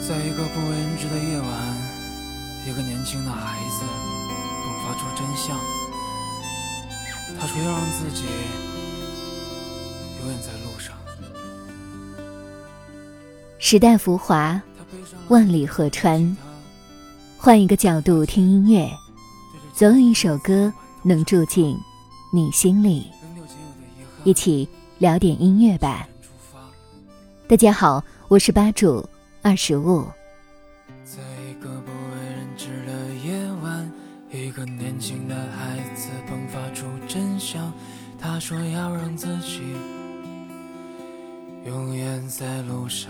在一个不为人知的夜晚，一个年轻的孩子迸发出真相。他说要让自己永远在路上。 时代浮华，万里河川，换一个角度听音乐，总有一首歌能住进你心里。一起聊点音乐吧。大家好，我是吧主25。 在一个不为人知的夜晚，一个年轻的孩子迸发出真相。他说要让自己永远在路上。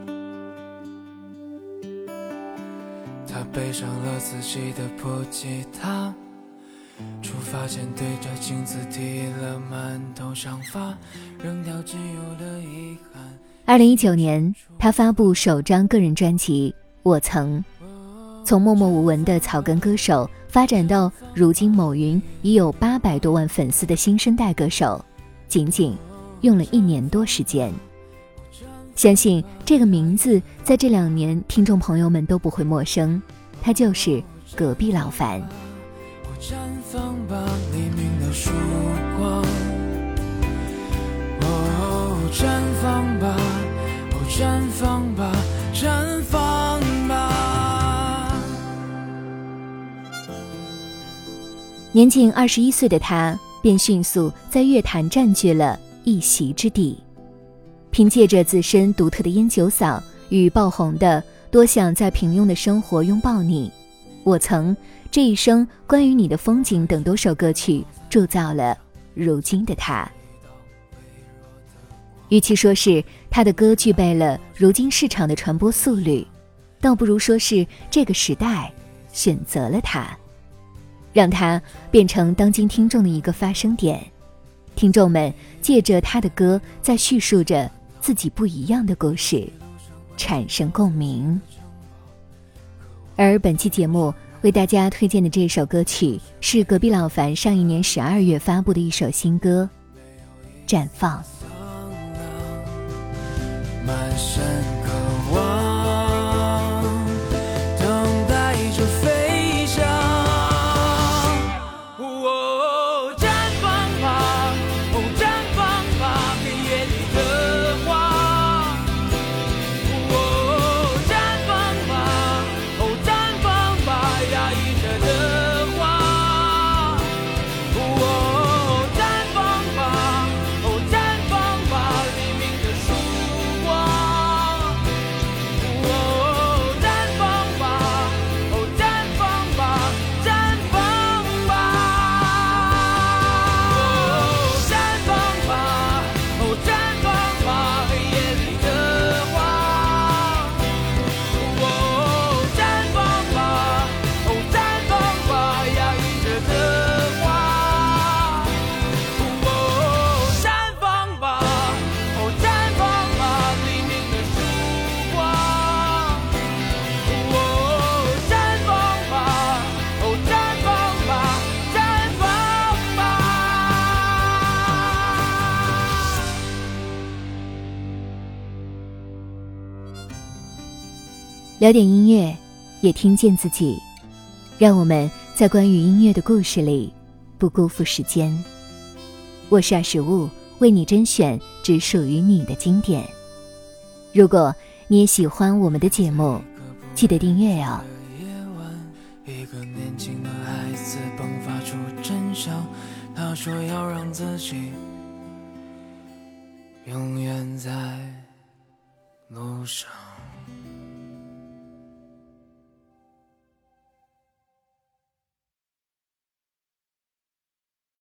他背上了自己的破吉他，出发前对着镜子剃了满头长发，扔掉仅有的遗憾。 2019年，他发布首张个人专辑《我曾》，从默默无闻的草根歌手发展到如今某云已有800多万粉丝的新生代歌手，仅仅用了1年多时间。相信这个名字在这2年听众朋友们都不会陌生，他就是隔壁老樊。 我绽放吧黎明的曙光，绽放吧，绽放吧，绽放吧。 年仅21岁的他便迅速在乐坛占据了一席之地，凭借着自身独特的烟酒嗓与爆红的多想在平庸的生活拥抱你、我曾、这一生、关于你的风景等多首歌曲，铸造了如今的他。与其说是他的歌具备了如今市场的传播速率，倒不如说是这个时代选择了他，让他变成当今听众的一个发声点。听众们借着他的歌在叙述着自己不一样的故事，产生共鸣。而本期节目为大家推荐的这首歌曲是隔壁老樊上一年12月发布的一首新歌《绽放》。 满身渴望，等待着飞翔。绽放吧，绽放吧，黑夜里的花。绽放吧，绽放吧，压抑着的花。绽放吧，绽放吧，黎明的曙光。 聊点音乐，也听见自己，让我们在关于音乐的故事里不辜负时间。我是25，为你甄选只属于你的经典。如果你也喜欢我们的节目，记得订阅哦。 一个年轻的孩子迸发出真相，他说要让自己永远在路上。